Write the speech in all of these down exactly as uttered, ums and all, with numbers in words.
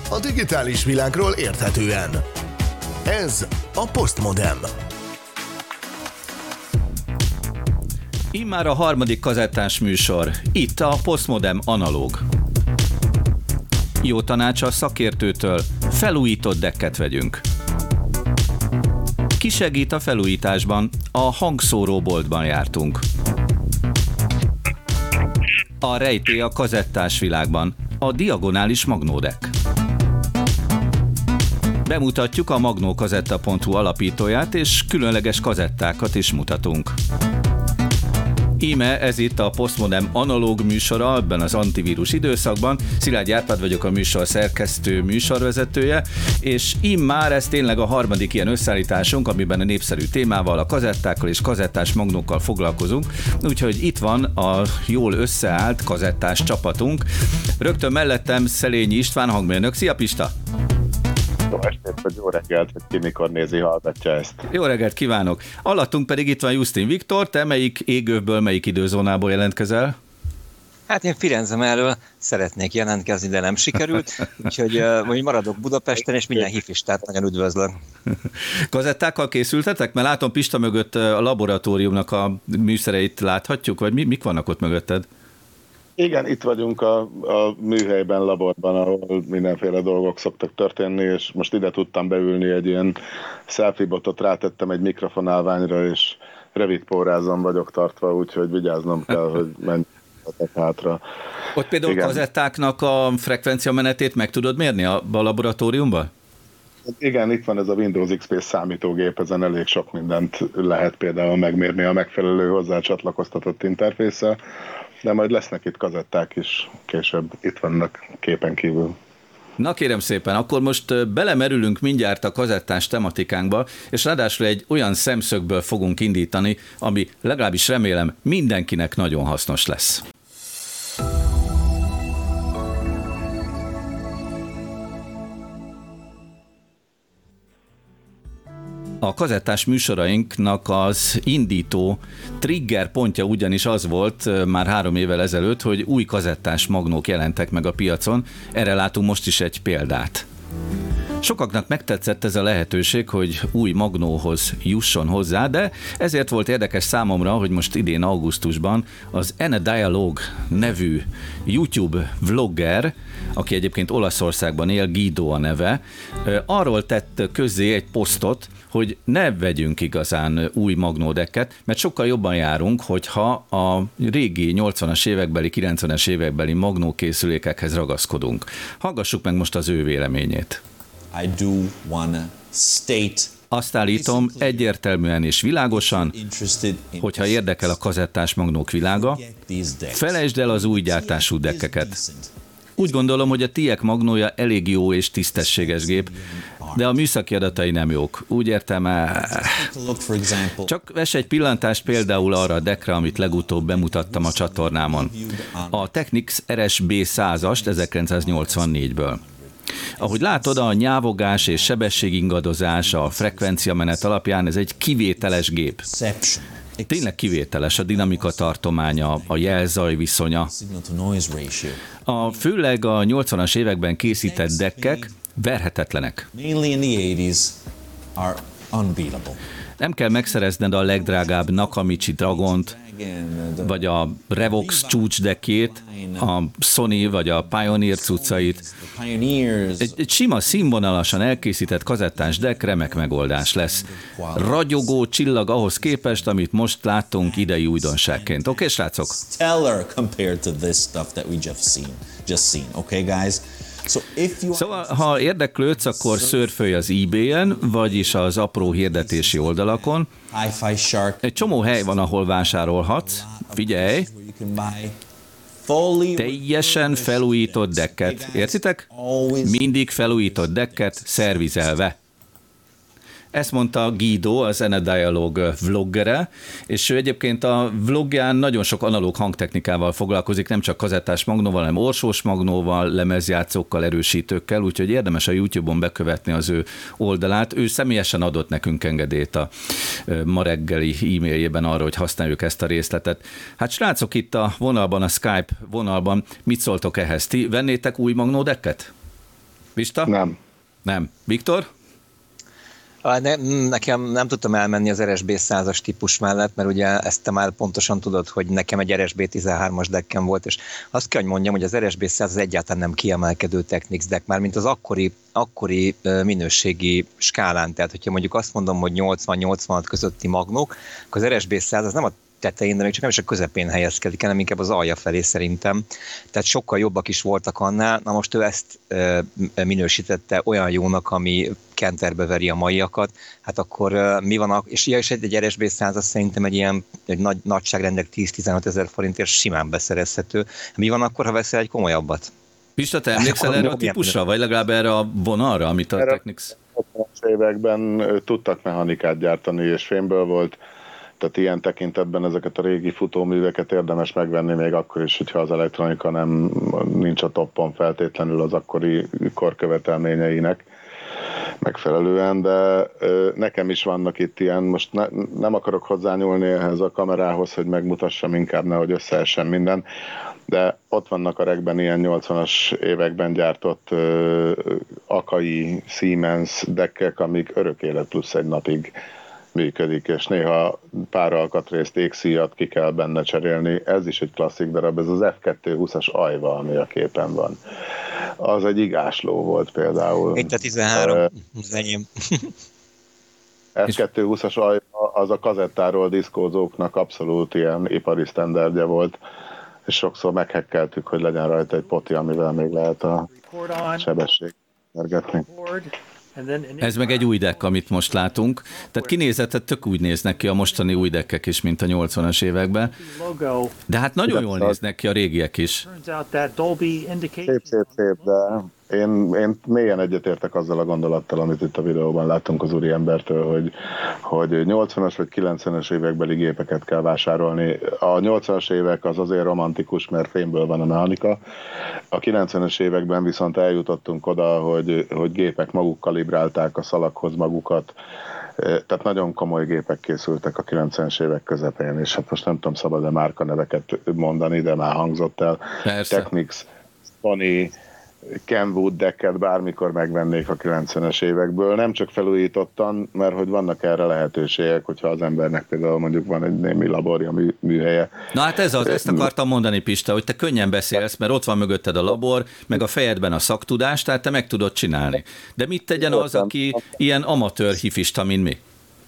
a digitális világról érthetően. Ez a Postmodem. Immár a harmadik kazettás műsor, itt a Postmodem analóg. Jó tanács a szakértőtől, felújított dekket vegyünk. Ki segít a felújításban? A hangszóróboltban jártunk. A rejtély a kazettás világban, a diagonális magnódek. Bemutatjuk a magnókazetta pont hu alapítóját, és különleges kazettákat is mutatunk. Íme ez itt a Postmodem analóg műsora ebben az antivírus időszakban. Szilágyi Árpád vagyok, a műsor szerkesztő, műsorvezetője, és immár ez tényleg a harmadik ilyen összeállításunk, amiben a népszerű témával, a kazettákkal és kazettás magnókkal foglalkozunk. Úgyhogy itt van a jól összeállt kazettás csapatunk. Rögtön mellettem Szelényi István hangmérnök. Szia Pista! Jó estét, vagy jó reggelt, hogy ki mikor nézi, hallgatja ezt. Jó reggelt kívánok! Alattunk pedig itt van Justin Viktor. Te melyik égövből, melyik időzónából jelentkezel? Hát én Firenze mellől szeretnék jelentkezni, de nem sikerült, úgyhogy uh, maradok Budapesten, és minden hifistát nagyon üdvözlök. Kazettákkal készültetek? Mert látom Pista mögött a laboratóriumnak a műszereit láthatjuk, vagy mi, mik vannak ott mögötted? Igen, itt vagyunk a, a műhelyben, laborban, ahol mindenféle dolgok szoktak történni, és most ide tudtam beülni, egy ilyen selfie botot rátettem egy mikrofonálványra, és rövid pórázon vagyok tartva, úgyhogy vigyáznom kell, hogy menjek hátra. Ott például Igen. Kazettáknak a frekvencia menetét meg tudod mérni a, a laboratóriumban? Igen, itt van ez a Windows iksz pé számítógép, ezen elég sok mindent lehet például megmérni a megfelelő hozzá csatlakoztatott interfésszel, de majd lesznek itt kazetták is később, itt vannak képen kívül. Na kérem szépen, akkor most belemerülünk mindjárt a kazettás tematikánkba, és ráadásul egy olyan szemszögből fogunk indítani, ami legalábbis remélem mindenkinek nagyon hasznos lesz. A kazettás műsorainknak az indító trigger pontja ugyanis az volt már három évvel ezelőtt, hogy új kazettás magnók jelentek meg a piacon, erre látunk most is egy példát. Sokaknak megtetszett ez a lehetőség, hogy új magnóhoz jusson hozzá, de ezért volt érdekes számomra, hogy most idén augusztusban az Enedialog nevű YouTube vlogger, aki egyébként Olaszországban él, Guido a neve, arról tett közzé egy posztot, hogy ne vegyünk igazán új magnódekket, mert sokkal jobban járunk, hogyha a régi nyolcvanas évekbeli, kilencvenes évekbeli magnókészülékekhez ragaszkodunk. Hallgassuk meg most az ő véleményét. I do wanna state Azt állítom egyértelműen és világosan, hogyha érdekel a kazettás magnók világa, felejtsd el az új gyártású dekkeket. Úgy gondolom, hogy a tiek magnója elég jó és tisztességes gép, de a műszaki adatai nem jók. Úgy értem, csak vess egy pillantást például arra a deckre, amit legutóbb bemutattam a csatornámon. A Technics er es bé százast ezerkilencszáznyolcvannégyből. Ahogy látod, a nyávogás és sebességingadozás a frekvenciamenet alapján ez egy kivételes gép. Tényleg kivételes a dinamika tartománya, a jelzaj viszonya. A főleg a nyolcvanas években készített dekkek verhetetlenek. Nem kell megszerezned a legdrágább Nakamichi Dragont, vagy a Revox csúcsdekkét, a Sony vagy a Pioneer cuccait. Egy, egy sima, színvonalasan elkészített kazettás dekk remek megoldás lesz. Ragyogó csillag ahhoz képest, amit most láttunk idei újdonságként. Oké, okay, srácok? stellar compared to this stuff that we just seen. Just seen, okay, guys? So if you Szóval, ha érdeklődsz, akkor szörfölj az eBay-en, vagyis az apró hirdetési oldalakon. Hi-Fi Shark, Egy csomó hely van, ahol vásárolhatsz. Figyelj! where you can buy fully Teljesen felújított dekket. Értitek? Mindig felújított dekket, szervizelve. Ezt mondta Guido, az Enedialog vloggere, és ő egyébként a vlogján nagyon sok analóg hangtechnikával foglalkozik, nem csak kazettás magnóval, hanem orsós magnóval, lemezjátszókkal, erősítőkkel, úgyhogy érdemes a YouTube-on bekövetni az ő oldalát. Ő személyesen adott nekünk engedélyt a ma reggeli e-mailjében arra, hogy használjuk ezt a részletet. Hát srácok, itt a vonalban, a Skype vonalban, mit szóltok ehhez? Ti vennétek új magnódekket? Pista? Nem. Nem. Viktor? Ne, nekem nem tudtam elmenni az er es bé százas típus mellett, mert ugye ezt te már pontosan tudod, hogy nekem egy er es bé tizenhármas deckem volt, és azt kell, hogy mondjam, hogy az er es bé száz az egyáltalán nem kiemelkedő Technics deck, már mint az akkori, akkori minőségi skálán, tehát hogyha mondjuk azt mondom, hogy nyolcvan-nyolcvanhat közötti magnók, akkor az er es bé száz az nem a tetején, de még csak nem is a közepén helyezkedik, hanem inkább az alja felé szerintem. Tehát sokkal jobbak is voltak annál. Na most ő ezt e, minősítette olyan jónak, ami kenterbe veri a maiakat. Hát akkor e, mi van, a, és, ja, és egy, egy er es bé száz az szerintem egy ilyen egy nagy, nagyságrendek tíz-tizenöt ezer forintért simán beszerezhető. Mi van akkor, ha veszel egy komolyabbat? Pista, te emlékszel erre a típusra, vagy legalább erre a vonalra, amit a Technics... hatvanas években tudtak mechanikát gyártani, és fémből volt. Tehát ilyen tekintetben ezeket a régi futóműveket érdemes megvenni még akkor is, hogyha az elektronika nem nincs a toppon feltétlenül az akkori korkövetelményeinek megfelelően, de nekem is vannak itt ilyen, most ne, nem akarok hozzányúlni ehhez a kamerához, hogy megmutassam, inkább nehogy összeessen minden, de ott vannak a regben ilyen nyolcvanas években gyártott uh, Akai, Siemens deckek, amik örök élet plusz egy napig működik, és néha pár alkatrészt, égszíjat ki kell benne cserélni. Ez is egy klasszik darab, ez az ef kétszázhúszas Ajva, ami a képen van. Az egy igásló volt például. Egy tizenhárom, az enyém. ef kétszázhúszas Ajva az a kazettáról diszkózóknak abszolút ilyen ipari sztenderdje volt, és sokszor meghekkeltük, hogy legyen rajta egy poti, amivel még lehet a sebesség mérgetni. Ez meg egy új deck, amit most látunk. Tehát kinézetet tök úgy néznek ki a mostani új deckek is, mint a nyolcvanas években. De hát nagyon jól néznek ki a régiek is. Szép, szép, szép, de én, én mélyen egyetértek azzal a gondolattal, amit itt a videóban láttunk az úriembertől, hogy, hogy nyolcvanas vagy kilencvenes évekbeli gépeket kell vásárolni. A nyolcvanas évek az azért romantikus, mert fémből van a mechanika. A kilencvenes években viszont eljutottunk oda, hogy, hogy gépek maguk kalibrálták a szalaghoz magukat, tehát nagyon komoly gépek készültek a kilencvenes évek közepén, és hát most nem tudom, szabad-e márkaneveket mondani, de már hangzott el. Persze. Technics, Sony, Kenwood decket bármikor megvennék a kilencvenes évekből, nem csak felújítottan, mert hogy vannak erre lehetőségek, hogyha az embernek például mondjuk van egy némi laborja, mű, műhelye. Na hát ez az, ezt akartam mondani, Pista, hogy te könnyen beszélsz, mert ott van mögötted a labor, meg a fejedben a szaktudás, tehát te meg tudod csinálni. De mit tegyen az, aki ilyen amatőr hifista, mint mi?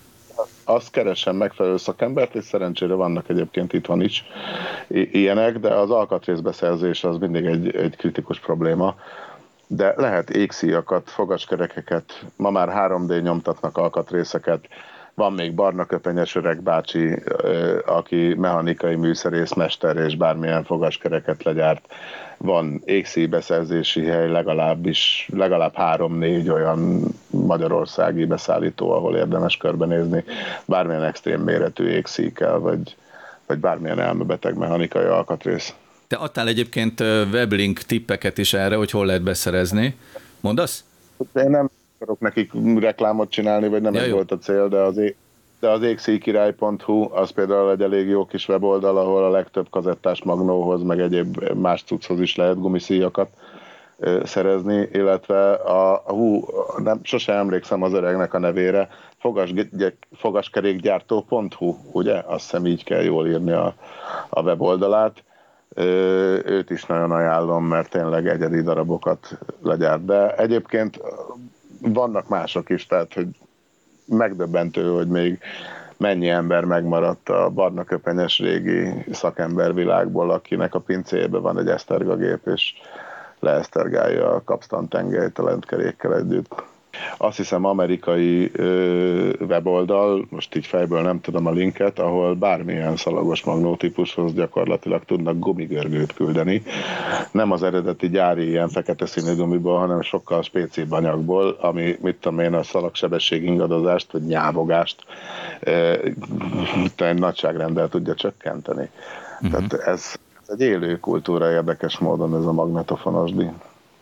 Azt keresem megfelelő szakembert, és szerencsére vannak egyébként itthon is ilyenek, de az alkatrészbeszerzés az mindig egy, egy kritikus probléma. De lehet égszíjakat, fogaskerekeket, ma már három dé nyomtatnak alkatrészeket, van még barna köpenyes öreg bácsi, aki mechanikai műszerész, mester és bármilyen fogaskereket legyárt. Van égszíjbeszerzési hely, legalábbis, legalább három-négy olyan magyarországi beszállító, ahol érdemes körbenézni bármilyen extrém méretű égszíjkel, vagy, vagy bármilyen elmebeteg mechanikai alkatrész. Te adtál egyébként weblink tippeket is erre, hogy hol lehet beszerezni. Mondasz? Én nem akarok nekik reklámot csinálni, vagy nem ja, ez jó. volt a cél, de az, é- de az égszíjkirály pont hu az például egy elég jó kis weboldal, ahol a legtöbb kazettás magnóhoz, meg egyéb más cucchoz is lehet gumiszíjakat ö, szerezni, illetve a, a hú, nem, sosem emlékszem az öregnek a nevére, fogas, fogaskerékgyártó pont hu, ugye? Azt hiszem így kell jól írni a, a weboldalát. Ö, őt is nagyon ajánlom, mert tényleg egyedi darabokat legyárt. De egyébként vannak mások is, tehát hogy megdöbbentő, hogy még mennyi ember megmaradt a barna köpenyes régi szakembervilágból, akinek a pincéjében van egy eszterga gép, és leesztergálja a kapsztantengelyt a lentkerékkel együtt. Azt hiszem amerikai ö, weboldal, most így fejből nem tudom a linket, ahol bármilyen szalagos magnótípushoz gyakorlatilag tudnak gumigörgőt küldeni. Nem az eredeti gyári ilyen fekete színű gumiból, hanem sokkal spécibb anyagból, ami, mit tudom én, a szalagsebesség ingadozást, vagy nyávogást ö, egy nagyságrenddel tudja csökkenteni. Uh-huh. Tehát ez, ez egy élő kultúra érdekes módon, ez a magnetofonos díj.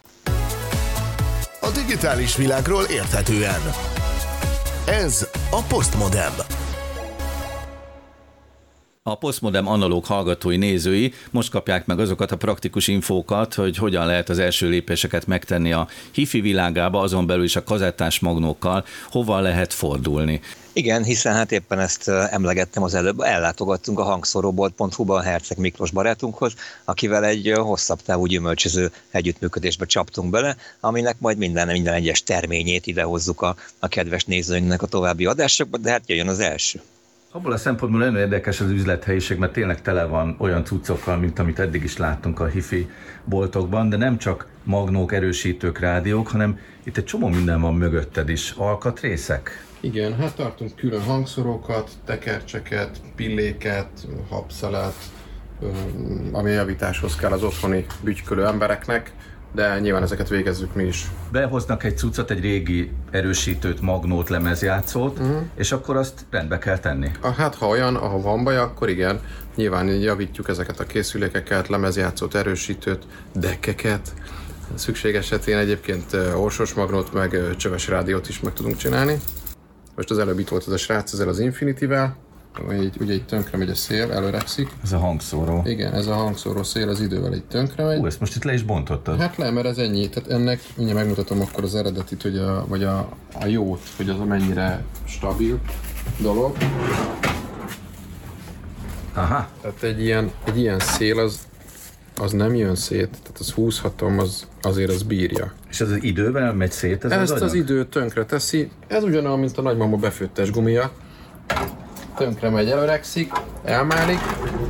A digitális világról érthetően. Ez a Postmodem. A Postmodem analóg hallgatói, nézői most kapják meg azokat a praktikus infókat, hogy hogyan lehet az első lépéseket megtenni a hifi világába, azon belül is a kazettás magnókkal, hova lehet fordulni. Igen, hiszen hát éppen ezt emlegettem az előbb, ellátogattunk a hangszóróbolt pont hu-ba Herceg Miklós barátunkhoz, akivel egy hosszabb távú gyümölcsöző együttműködésbe csaptunk bele, aminek majd minden, minden egyes terményét idehozzuk a, a kedves nézőinknek a további adásokba, de hát jöjjön az első. Abból a szempontból nagyon érdekes az üzlethelyiség, mert tényleg tele van olyan cuccokkal, mint amit eddig is láttunk a hifi boltokban, de nem csak magnók, erősítők, rádiók, hanem itt egy csomó minden van mögötted is. Alkatrészek? Igen, hát tartunk külön hangszorokat, tekercseket, pilléket, habszelet, ami javításhoz kell az otthoni bütykölő embereknek, de nyilván ezeket végezzük mi is. Behoznak egy cuccot, egy régi erősítőt, magnót, lemezjátszót, uh-huh. és akkor azt rendbe kell tenni. Hát ha olyan, ha van baj, akkor igen, nyilván javítjuk ezeket a készülékeket, lemezjátszót, erősítőt, dekkeket. Szükség esetén egyébként orsos magnót, meg csöves rádiót is meg tudunk csinálni. Most az előbb itt volt az a srác ezzel az Infinity-vel, így, ugye így tönkre megy a szél, előrekszik. Ez a hangszóró. Igen, ez a hangszóró szél az idővel így tönkre megy. Ú, ezt most itt le is bontottad. Hát le, mert ez ennyi. Tehát ennek, mindjárt megmutatom akkor az eredetit, hogy a, vagy a, a jót, hogy az mennyire stabil dolog. Aha. Tehát egy ilyen, egy ilyen szél az, az nem jön szét, tehát az húzhatom, az, azért az bírja. És ez az idővel megy szét ez Ezt az, az idő tönkre teszi. Ez ugyanolyan, mint a nagymama befőttes gumia. Tönkre megy, előrekszik, elmálik,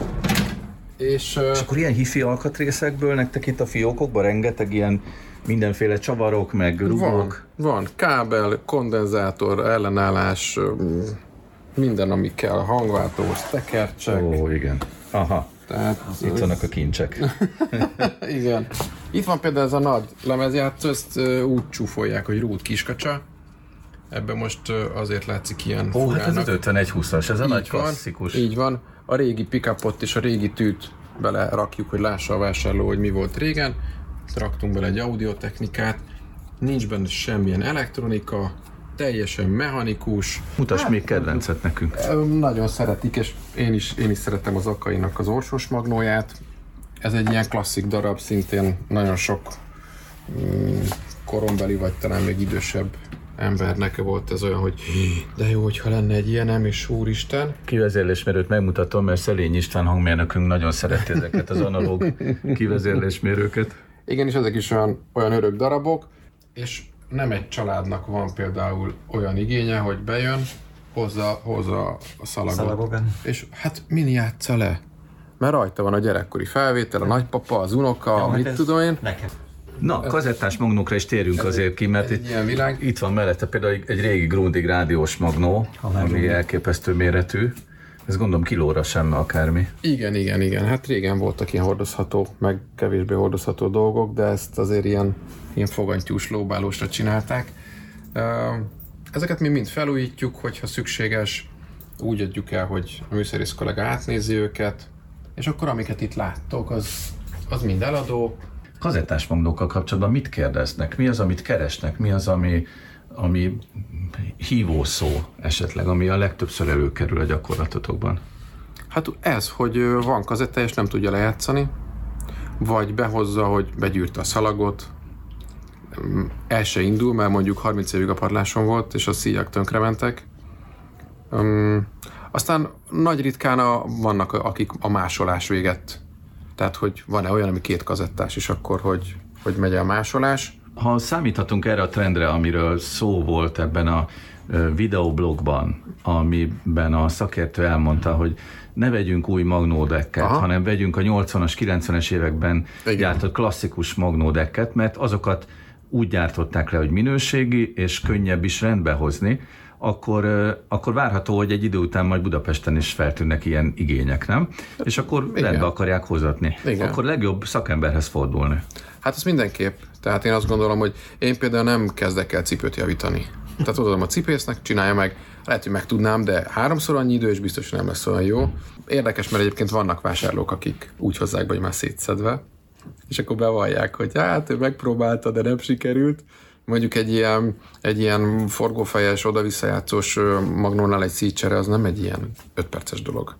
és... És akkor ilyen hifi alkatrészekből nektek itt a fiókokban rengeteg ilyen mindenféle csavarok, meg rugók? Van, van. Kábel, kondenzátor, ellenállás, minden, ami kell, hangváltós, tekercsek. Ó, igen. Aha. Tehát, itt vannak a kincsek. Igen. Itt van például ez a nagy lemezjátszó, ezt úgy csúfolják, hogy Rút Kiskacsa. Ebben most azért látszik ilyen Ó, hát ez az ötvenegy húszas, ez a így nagy klasszikus. Van, így van. A régi pick-upot és a régi tűt bele rakjuk, hogy lássa a vásárló, hogy mi volt régen. Raktunk bele egy audiotechnikát. Nincs benne semmilyen elektronika, teljesen mechanikus. Mutasd hát, még kedvencet nekünk. Nagyon szeretik, és én is, én is szeretem az Akainak az orsos magnóját. Ez egy ilyen klasszik darab, szintén nagyon sok mm, korombeli, vagy talán még idősebb embernek volt ez olyan, hogy de jó, hogyha lenne egy ilyenem, és úristen. Kivezérlésmérőt megmutatom, mert Szelény István hangmérnökünk nagyon szereti ezeket az analóg kivezérlésmérőket. Igen, és ezek is olyan, olyan örök darabok, és nem egy családnak van például olyan igénye, hogy bejön, hozza, hozza a szalagot. Szalagogan. És hát min játsza le? Mert rajta van a gyerekkori felvétel, a nagypapa, az unoka, ja, mit tudom én. Nekem. Na, kazettás magnókra is térjünk azért ki, mert itt, itt van mellette például egy régi Grundig rádiós magnó, ami elképesztő méretű. Ez gondolom kilóra sem akármi. Igen, igen, igen. Hát régen voltak ilyen hordozható, meg kevésbé hordozható dolgok, de ezt azért ilyen, ilyen fogantyús lóbálósra csinálták. Ezeket mi mind felújítjuk, hogyha szükséges, úgy adjuk el, hogy a műszerész kollega átnézi őket, és akkor amiket itt láttok, az, az mind eladó. Kazettás magnókkal kapcsolatban mit kérdeznek? Mi az, amit keresnek? Mi az, ami, ami hívószó esetleg, ami a legtöbbször előkerül a gyakorlatotokban? Hát ez, hogy van kazetta és nem tudja lejátszani, vagy behozza, hogy begyűrte a szalagot, el se indul, mert mondjuk harminc évig a padláson volt, és a szíjak tönkrementek. Um, aztán nagy ritkán a, vannak, akik a másolás véget. Tehát, hogy van-e olyan, ami két kazettás is akkor, hogy, hogy megy a másolás. Ha számíthatunk erre a trendre, amiről szó volt ebben a videoblogban, amiben a szakértő elmondta, hogy ne vegyünk új magnódekket, aha, hanem vegyünk a nyolcvanas, kilencvenes években igen, gyártott klasszikus magnódekket, mert azokat úgy gyártották le, hogy minőségi és könnyebb is rendbe hozni, akkor, akkor várható, hogy egy idő után majd Budapesten is feltűnnek ilyen igények, nem? És akkor igen, rendbe akarják hozatni. Igen. Akkor legjobb szakemberhez fordulni. Hát ez mindenképp. Tehát én azt gondolom, hogy én például nem kezdek el cipőt javítani. Tehát odaadom a cipésznek, csinálja meg. Lehet, hogy meg tudnám, de háromszor annyi idő, és biztos nem lesz olyan jó. Érdekes, mert egyébként vannak vásárlók, akik úgy hozzák be, hogy már szétszedve, és akkor bevallják, hogy hát ő megpróbálta, de nem sikerült. Mondjuk egy ilyen, egy ilyen forgófejes, oda-visszajátszós magnónál egy szítsere, az nem egy ilyen öt perces dolog.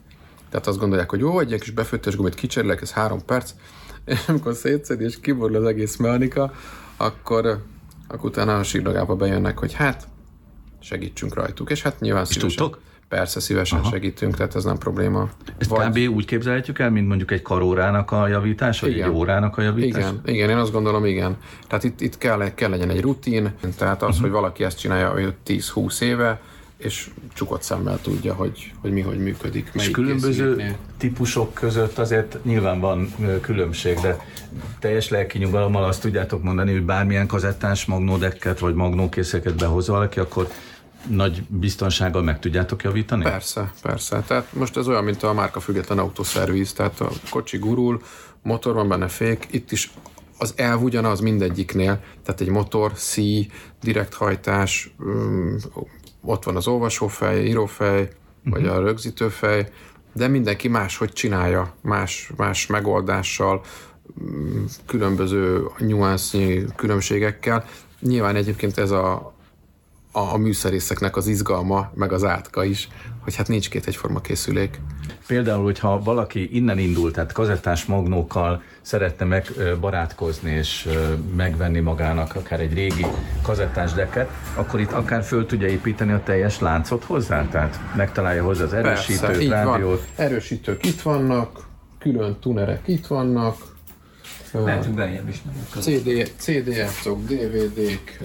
Tehát azt gondolják, hogy jó, egy ilyen kis befőttes gumit kicserélek, ez három perc, és amikor szétszed és kiborul az egész mechanika, akkor, akkor utána a sírdagába bejönnek, hogy hát segítsünk rajtuk, és hát nyilván szívesen. Tudtok? Persze, szívesen Aha. segítünk, tehát ez nem probléma. Ezt Vagy... kb. Úgy képzelhetjük el, mint mondjuk egy karórának a javítása, vagy egy órának a javítása? Igen, igen, én azt gondolom, igen. Tehát itt, itt kell, kell legyen egy rutin, tehát az, uh-huh. hogy valaki ezt csinálja tíz-húsz éve, és csukott szemmel tudja, hogy, hogy mi hogy működik. És különböző típusok között azért nyilván van különbség, de teljes lelki nyugalommal azt tudjátok mondani, hogy bármilyen kazettás magnódekket vagy magnókészeket behoz valaki, akkor nagy biztonsággal meg tudjátok javítani? Persze, persze. Tehát most ez olyan, mint a márkafüggetlen autószerviz, tehát a kocsi gurul, motor van benne, fék, itt is az elv ugyanaz mindegyiknél, tehát egy motor, szíj, direkthajtás, ott van az olvasófej, írófej, uh-huh. vagy a rögzítőfej, de mindenki máshogy csinálja, más, más megoldással, különböző nyuansznyi különbségekkel. Nyilván egyébként ez a A, a műszerészeknek az izgalma, meg az átka is, hogy hát nincs két egyforma készülék. Például, hogyha valaki innen indult, tehát kazettás magnókkal szeretne megbarátkozni és megvenni magának akár egy régi kazettás decket, akkor itt akár föl tudja építeni a teljes láncot hozzá? Tehát megtalálja hozzá az erősítőt, Persze, rádiót. Van. Erősítők itt vannak, külön tunerek itt vannak. Lehetünk beljebb is. cé dé játszók, dé vé dék,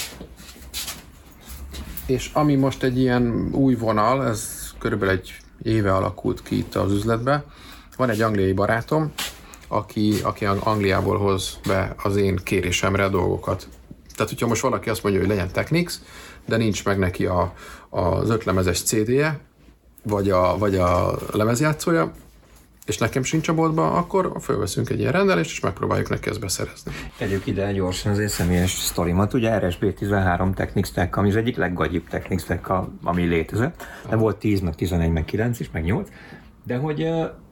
és ami most egy ilyen új vonal, ez körülbelül egy éve alakult ki itt az üzletbe. Van egy angliai barátom, aki, aki Angliából hoz be az én kérésemre a dolgokat. Tehát, hogyha most valaki azt mondja, hogy legyen Technics, de nincs meg neki a, az ötlemezes cé dé-je, vagy a, vagy a lemezjátszója, és nekem sincs a boltban, akkor fölveszünk egy ilyen rendelést, és megpróbáljuk neki ezt beszerezni. Tegyük ide gyorsan az én személyes sztorimat, ugye er es bé tizenhárom Technics Tech, ami az egyik leggagyibb Technics Tech, ami létezett. De volt tíz, meg tizenegy, meg kilenc is, meg nyolc, de hogy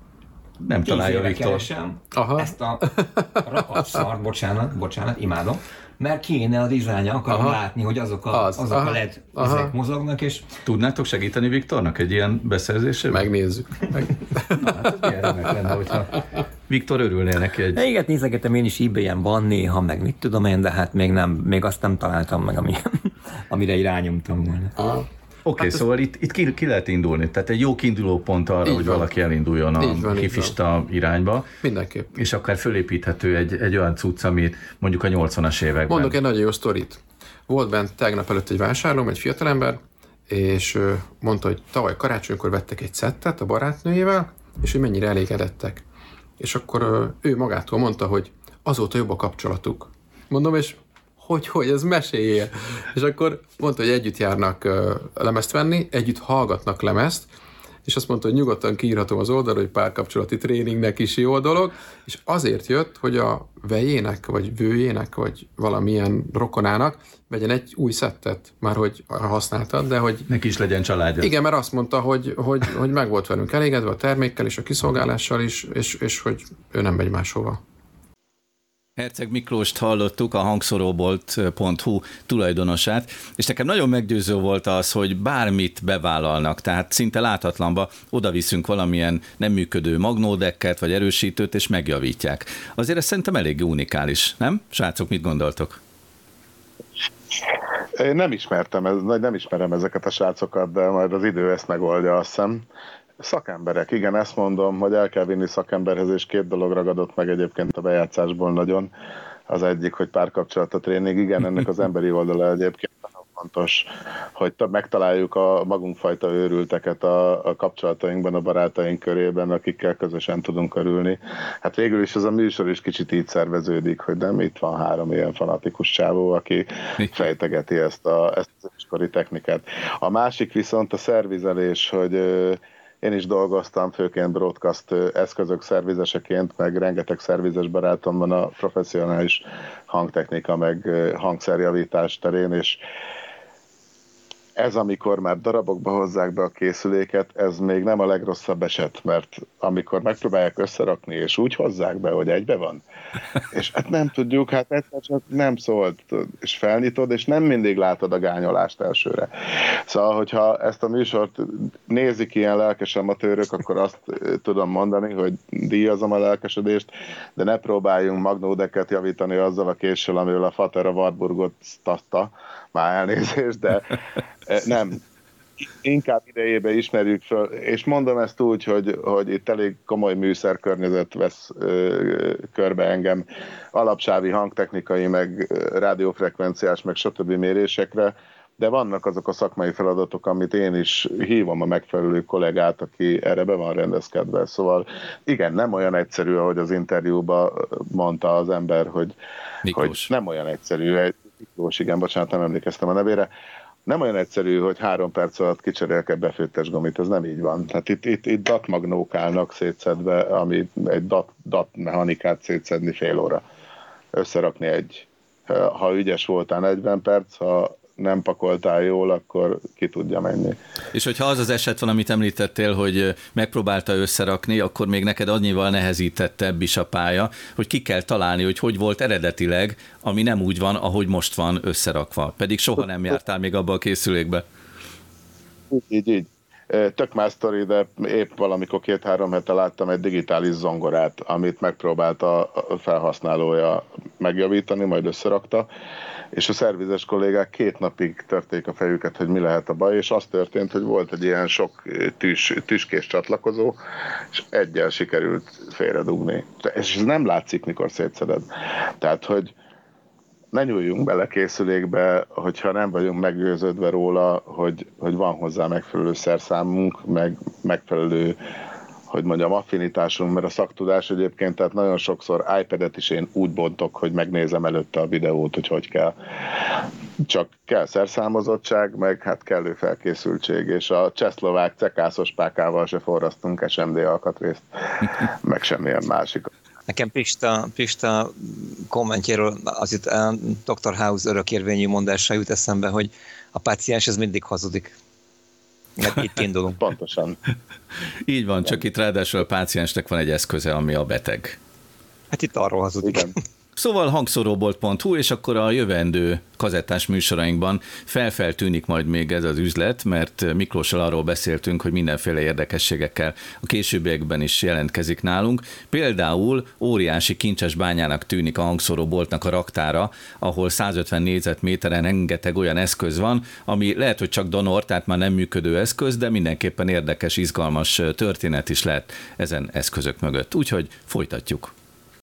nem találja Viktor. Ezt a rakat szart, bocsánat, bocsánat, imádom, mert kéne a dizájnja, akarom aha. látni, hogy azok a, az, azok a led izek mozognak, és... Tudnátok segíteni Viktornak egy ilyen beszerzésében? Megnézzük. Meg... Na, hát ez milyen remek lenne, hogyha Viktor örülnél neki egy... Igen, nézegetem én is eBay-en van néha, meg mit tudom én, de hát még, nem, még azt nem találtam meg, ami, amire irányomtam volna. Aha. Oké, okay, hát szóval ez... itt, itt ki, ki lehet indulni, tehát egy jó kiinduló pont arra, így hogy van. Valaki elinduljon a van, kifista irányba. Mindenképp. És akár fölépíthető egy, egy olyan cucc, amit mondjuk a nyolcvanas években. Mondok egy nagyon jó sztorit. Volt bent tegnap előtt egy vásárlóm, egy fiatalember, és mondta, hogy tavaly karácsonykor vettek egy szettet a barátnőjével, és hogy mennyire elégedettek. És akkor ő magától mondta, hogy azóta jobb a kapcsolatuk. Mondom, és hogy, hogy, ez meséljél. És akkor mondta, hogy együtt járnak uh, lemezt venni, együtt hallgatnak lemezt, és azt mondta, hogy nyugodtan kiírhatom az oldalra, hogy párkapcsolati tréningnek is jó dolog, és azért jött, hogy a vejének, vagy vőjének, vagy valamilyen rokonának vegyen egy új szettet, már hogy használtad, de hogy... Neki is legyen családja. Igen, mert azt mondta, hogy, hogy, hogy meg volt velünk elégedve a termékkel és a kiszolgálással is, és, és hogy ő nem megy máshova. Herceg Miklóst hallottuk, a hangszóróbolt pont hu tulajdonosát, és nekem nagyon meggyőző volt az, hogy bármit bevállalnak, tehát szinte láthatlanba oda viszünk valamilyen nem működő magnódekket vagy erősítőt, és megjavítják. Azért ez szerintem elég unikális, nem? Srácok, mit gondoltok? Én nem ismertem, ez, nem ismerem ezeket a srácokat, de majd az idő ezt megoldja, azt hiszem. Szakemberek, igen, ezt mondom, hogy el kell vinni szakemberhez, és két dolog ragadott meg egyébként a bejátszásból nagyon. Az egyik, hogy párkapcsolat a tréning, igen, ennek az emberi oldala egyébként nagyon fontos, hogy megtaláljuk a magunkfajta őrülteket a, a kapcsolatainkban, a barátaink körében, akikkel közösen tudunk örülni. Hát végül is ez a műsor is kicsit így szerveződik, hogy nem itt van három ilyen fanatikus csávó, aki fejtegeti ezt, a, ezt az iskori technikát. A másik viszont a szervizelés, hogy én is dolgoztam, főként broadcast eszközök szervizeseként, meg rengeteg szervizes barátom van a professzionális hangtechnika, meg hangszerjavítás terén, és ez, amikor már darabokba hozzák be a készüléket, ez még nem a legrosszabb eset, mert amikor megpróbálják összerakni, és úgy hozzák be, hogy egybe van, és hát nem tudjuk, hát egyszer csak nem szólt, és felnyitod, és nem mindig látod a gányolást elsőre. Szóval, hogyha ezt a műsort nézik ilyen lelkes amatőrök, akkor azt tudom mondani, hogy díjazom a lelkesedést, de ne próbáljunk magnódeket javítani azzal a késsel, amivel a Fater a Wartburgot tatta, már elnézést, de nem. Inkább idejébe ismerjük föl, és mondom ezt úgy, hogy, hogy itt elég komoly műszerkörnyezet vesz ö, körbe engem alapsávi hangtechnikai, meg rádiófrekvenciás, meg stb. Mérésekre, de vannak azok a szakmai feladatok, amit én is hívom a megfelelő kollégát, aki erre be van rendezkedve. Szóval igen, nem olyan egyszerű, ahogy az interjúban mondta az ember, hogy, hogy nem olyan egyszerű. Miklós, igen, bocsánat, nem emlékeztem a nevére. Nem olyan egyszerű, hogy három perc alatt kicserélek egy befőttes gomit, ez nem így van. Hát itt, itt, itt datmagnók állnak szétszedve, ami egy dat, dat mechanikát szétszedni fél óra. Összerakni egy, ha ügyes voltál negyven perc, ha nem pakoltál jól, akkor ki tudja menni. És hogyha az az eset van, amit említettél, hogy megpróbálta összerakni, akkor még neked annyival nehezítettebb is a pálya, hogy ki kell találni, hogy hogy volt eredetileg, ami nem úgy van, ahogy most van összerakva. Pedig soha nem jártál még abba a készülékbe. Így, így. Tök más sztori, de épp valamikor két-három hete láttam egy digitális zongorát, amit megpróbálta a felhasználója megjavítani, majd összerakta, és a szervizes kollégák két napig törték a fejüket, hogy mi lehet a baj, és az történt, hogy volt egy ilyen sok tűs, tüskés csatlakozó, és egyel sikerült félredugni. És ez nem látszik, mikor szétszeded. Tehát, hogy ne nyúljunk bele készülékbe, hogyha nem vagyunk meggyőződve róla, hogy, hogy van hozzá megfelelő szerszámunk, meg megfelelő, hogy mondjam, affinitásunk, mert a szaktudás egyébként, tehát nagyon sokszor iPad-et is én úgy bontok, hogy megnézem előtte a videót, hogy hogy kell. Csak kell szerszámozottság, meg hát kellő felkészültség, és a csehszlovák cekászos pákával se forrasztunk es em dé alkatrészt, meg semmilyen másik. Nekem Pista, Pista kommentjéről az itt a doktor House örökérvényű mondása jut eszembe, hogy a páciens ez mindig hazudik. Mert itt indulunk. Pontosan. Így van, csak itt ráadásul a páciensnek van egy eszköze, ami a beteg. Hát itt arról hazudik. Igen. Szóval hangszóróbolt pont hu, és akkor a jövendő kazettás műsorainkban felfeltűnik majd még ez az üzlet, mert Miklóssal arról beszéltünk, hogy mindenféle érdekességekkel a későbbiekben is jelentkezik nálunk. Például óriási kincses bányának tűnik a hangszóróboltnak a raktára, ahol százötven négyzetméteren rengeteg olyan eszköz van, ami lehet, hogy csak donor, tehát már nem működő eszköz, de mindenképpen érdekes, izgalmas történet is lehet ezen eszközök mögött. Úgyhogy folytatjuk.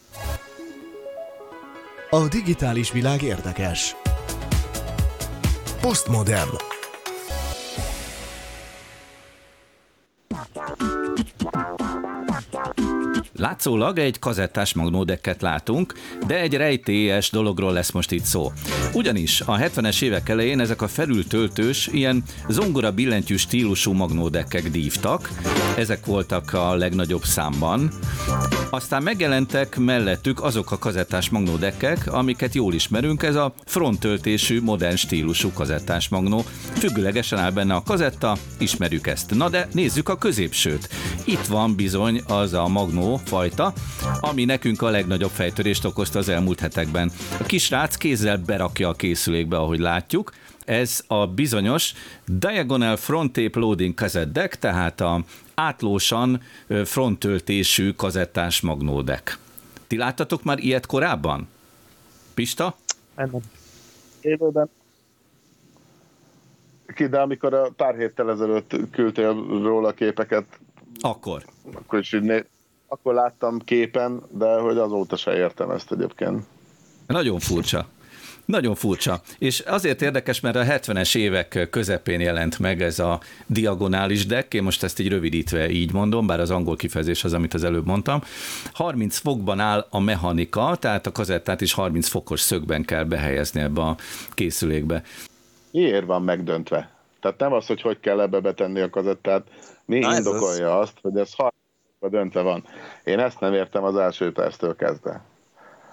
A digitális világ érdekes. Postmodern. Látszólag egy kazettás magnódekket látunk, de egy rejtélyes dologról lesz most itt szó. Ugyanis a hetvenes évek elején ezek a felültöltős, ilyen zongora billentyű stílusú magnódekkek dívtak, ezek voltak a legnagyobb számban. Aztán megjelentek mellettük azok a kazettás magnódekkek, amiket jól ismerünk, ez a fronttöltésű, modern stílusú kazettás magnó. Függőlegesen áll benne a kazetta, ismerjük ezt. Na de nézzük a középsőt. Itt van bizony az a magnó fajta, ami nekünk a legnagyobb fejtörést okozta az elmúlt hetekben. A kisrác kézzel berakja a készülékbe, ahogy látjuk. Ez a bizonyos Diagonal Front Tape Loading Cassette Deck, tehát a átlósan fronttöltésű kazettás magnódek. Ti láttatok már ilyet korábban? Pista? Nem. Élőben. Ki, de amikor a pár héttel ezelőtt küldtél róla képeket, Akkor. Akkor is né- akkor láttam képen, de hogy azóta se értem ezt egyébként. Nagyon furcsa. Nagyon furcsa. És azért érdekes, mert a hetvenes évek közepén jelent meg ez a diagonális deck, én most ezt így rövidítve így mondom, bár az angol kifejezés az, amit az előbb mondtam. harminc fokban áll a mechanika, tehát a kazettát is harminc fokos szögben kell behelyezni ebbe a készülékbe. Miért van megdöntve? Tehát nem az, hogy hogy kell ebbe betenni a kazettát, mi Na indokolja az... azt, hogy ez harminc fokban döntve van. Én ezt nem értem az első perctől kezdve.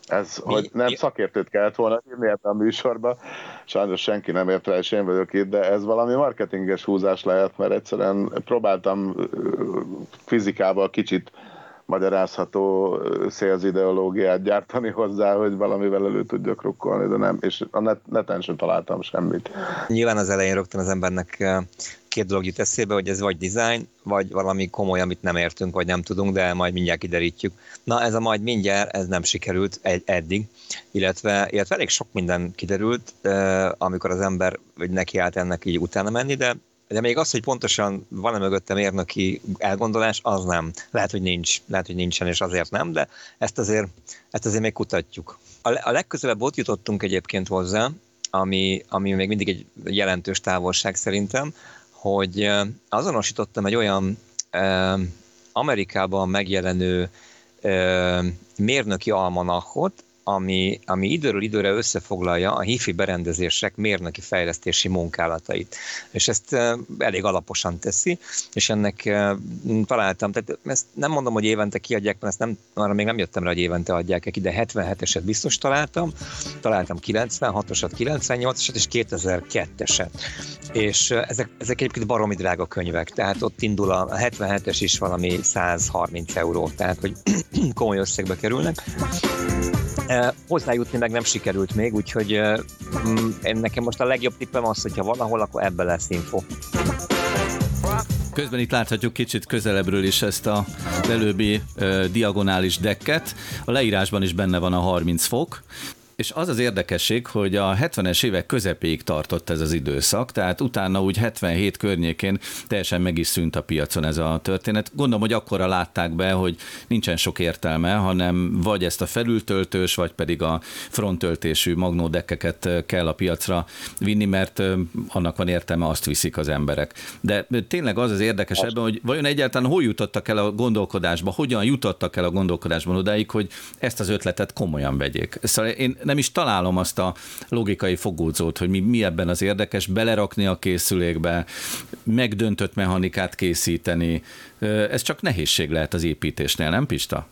Ez, Mi, hogy nem mi? szakértőt kellett volna írni ebben a műsorba, sajnos senki nem ért rá, és én vagyok itt, de ez valami marketinges húzás lehet, mert egyszerűen próbáltam fizikával kicsit magyarázható szélzideológiát gyártani hozzá, hogy valamivel elő tudjak rukkolni, de nem, és a net, neten sem találtam semmit. Nyilván az elején rögtön az embernek két dolog jut eszébe, hogy ez vagy design, vagy valami komoly, amit nem értünk, vagy nem tudunk, de majd mindjárt kiderítjük. Na, ez a majd mindjárt, ez nem sikerült eddig, illetve, illetve elég sok minden kiderült, amikor az ember vagy nekiállt ennek így utána menni, de De még az, hogy pontosan van-e mögötte mérnöki elgondolás, az nem. Lehet, hogy nincs, lehet, hogy nincsen, és azért nem, de ezt azért, ezt azért még kutatjuk. A, a legközelebb ott jutottunk egyébként hozzá, ami, ami még mindig egy jelentős távolság szerintem, hogy azonosítottam egy olyan eh, Amerikában megjelenő eh, mérnöki almanachot, ami, ami időről időre összefoglalja a hifi berendezések mérnöki fejlesztési munkálatait. És ezt uh, elég alaposan teszi, és ennek uh, találtam, tehát ezt nem mondom, hogy évente kiadják, mert ezt nem, arra még nem jöttem rá, hogy évente adják ki, de hetvenheteset biztos találtam, találtam kilencvenhatosat, kilencvennyolcasat és kétezer-kettőeset. És uh, ezek, ezek egyébként baromi drága könyvek, tehát ott indul a, a hetvenhetes is valami százharminc euró, tehát hogy komoly összegbe kerülnek. Uh, hozzájutni meg nem sikerült még, úgyhogy uh, mm, nekem most a legjobb tippem az, hogyha valahol, akkor ebben lesz info. Közben itt láthatjuk kicsit közelebbről is ezt a előbbi uh, diagonális decket. A leírásban is benne van a harminc fok. És az az érdekesség, hogy a hetvenes évek közepéig tartott ez az időszak, tehát utána úgy hetvenhét környékén teljesen meg is szűnt a piacon ez a történet. Gondolom, hogy akkorra látták be, hogy nincsen sok értelme, hanem vagy ezt a felültöltős, vagy pedig a fronttöltésű magnódekkeket kell a piacra vinni, mert annak van értelme, azt viszik az emberek. De tényleg az az érdekes ebben, hogy vajon egyáltalán hol jutottak el a gondolkodásba, hogyan jutottak el a gondolkodásban odáig, hogy ezt az ötletet komolyan vegyék. Szóval én nem is találom azt a logikai fogódzót, hogy mi, mi ebben az érdekes, belerakni a készülékbe, megdöntött mechanikát készíteni. Ez csak nehézség lehet az építésnél, nem Pista?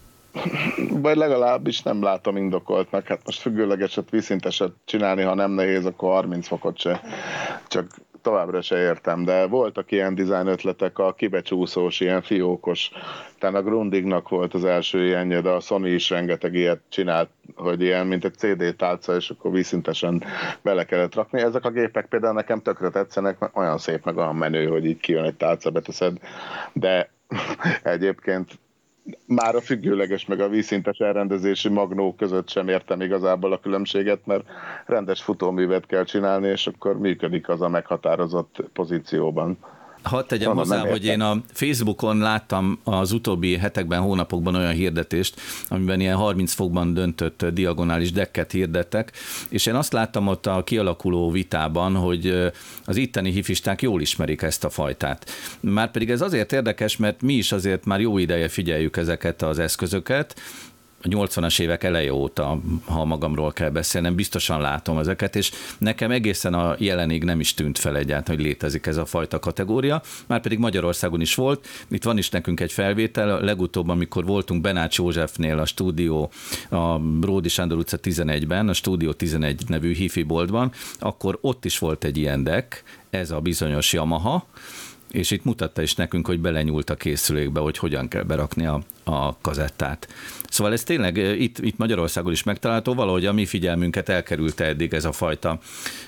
Vagy legalábbis nem látom indokoltnak. Hát most függőlegeset, vízszinteset csinálni, ha nem nehéz, akkor harminc fokot se. Csak továbbra se értem, de voltak ilyen design ötletek, a kibecsúszós, ilyen fiókos. Tehát a Grundignak volt az első ilyenje, de a Sony is rengeteg ilyet csinált, hogy ilyen, mint egy cé dé tálca, és akkor vízszintesen bele kellett rakni. Ezek a gépek például nekem tökre tetszenek, mert olyan szép, meg olyan menő, hogy így kijön egy tálca, beteszed, de egyébként már a függőleges meg a vízszintes elrendezési magnó között sem értem igazából a különbséget, mert rendes futóművet kell csinálni, és akkor működik az a meghatározott pozícióban. Hadd tegyem Mondom, hozzá, hogy én a Facebookon láttam az utóbbi hetekben, hónapokban olyan hirdetést, amiben ilyen harminc fokban döntött diagonális decket hirdettek, és én azt láttam ott a kialakuló vitában, hogy az itteni hifisták jól ismerik ezt a fajtát. Márpedig ez azért érdekes, mert mi is azért már jó ideje figyeljük ezeket az eszközöket, a nyolcvanas évek eleje óta, ha magamról kell beszélnem, biztosan látom ezeket, és nekem egészen a jelenig nem is tűnt fel egyáltalán, hogy létezik ez a fajta kategória, már pedig Magyarországon is volt. Itt van is nekünk egy felvétel, legutóbb, amikor voltunk Benács Józsefnél a stúdió, a Bródi Sándor utca tizenegyben, a Stúdió tizenegy nevű hifi boltban, akkor ott is volt egy ilyen deck, ez a bizonyos Yamaha, és itt mutatta is nekünk, hogy belenyúlt a készülékbe, hogy hogyan kell berakni a, a kazettát. Szóval ez tényleg itt, itt Magyarországon is megtalálható, valahogy a mi figyelmünket elkerülte eddig ez a fajta